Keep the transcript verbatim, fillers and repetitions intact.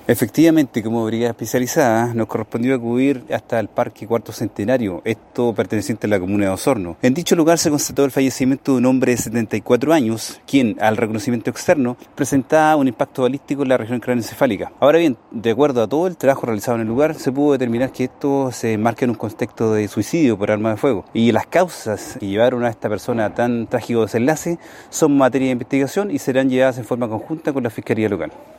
Efectivamente, como brigada especializada, nos correspondió acudir hasta el Parque Cuarto Centenario, esto perteneciente a la comuna de Osorno. En dicho lugar se constató el fallecimiento de un hombre de setenta y cuatro años, quien, al reconocimiento externo, presentaba un impacto balístico en la región craneoencefálica. Ahora bien, de acuerdo a todo el trabajo realizado en el lugar, se pudo determinar que esto se enmarca en un contexto de suicidio por arma de fuego. Y las causas que llevaron a esta persona a tan trágico desenlace son materia de investigación y serán llevadas en forma conjunta con la Fiscalía Local.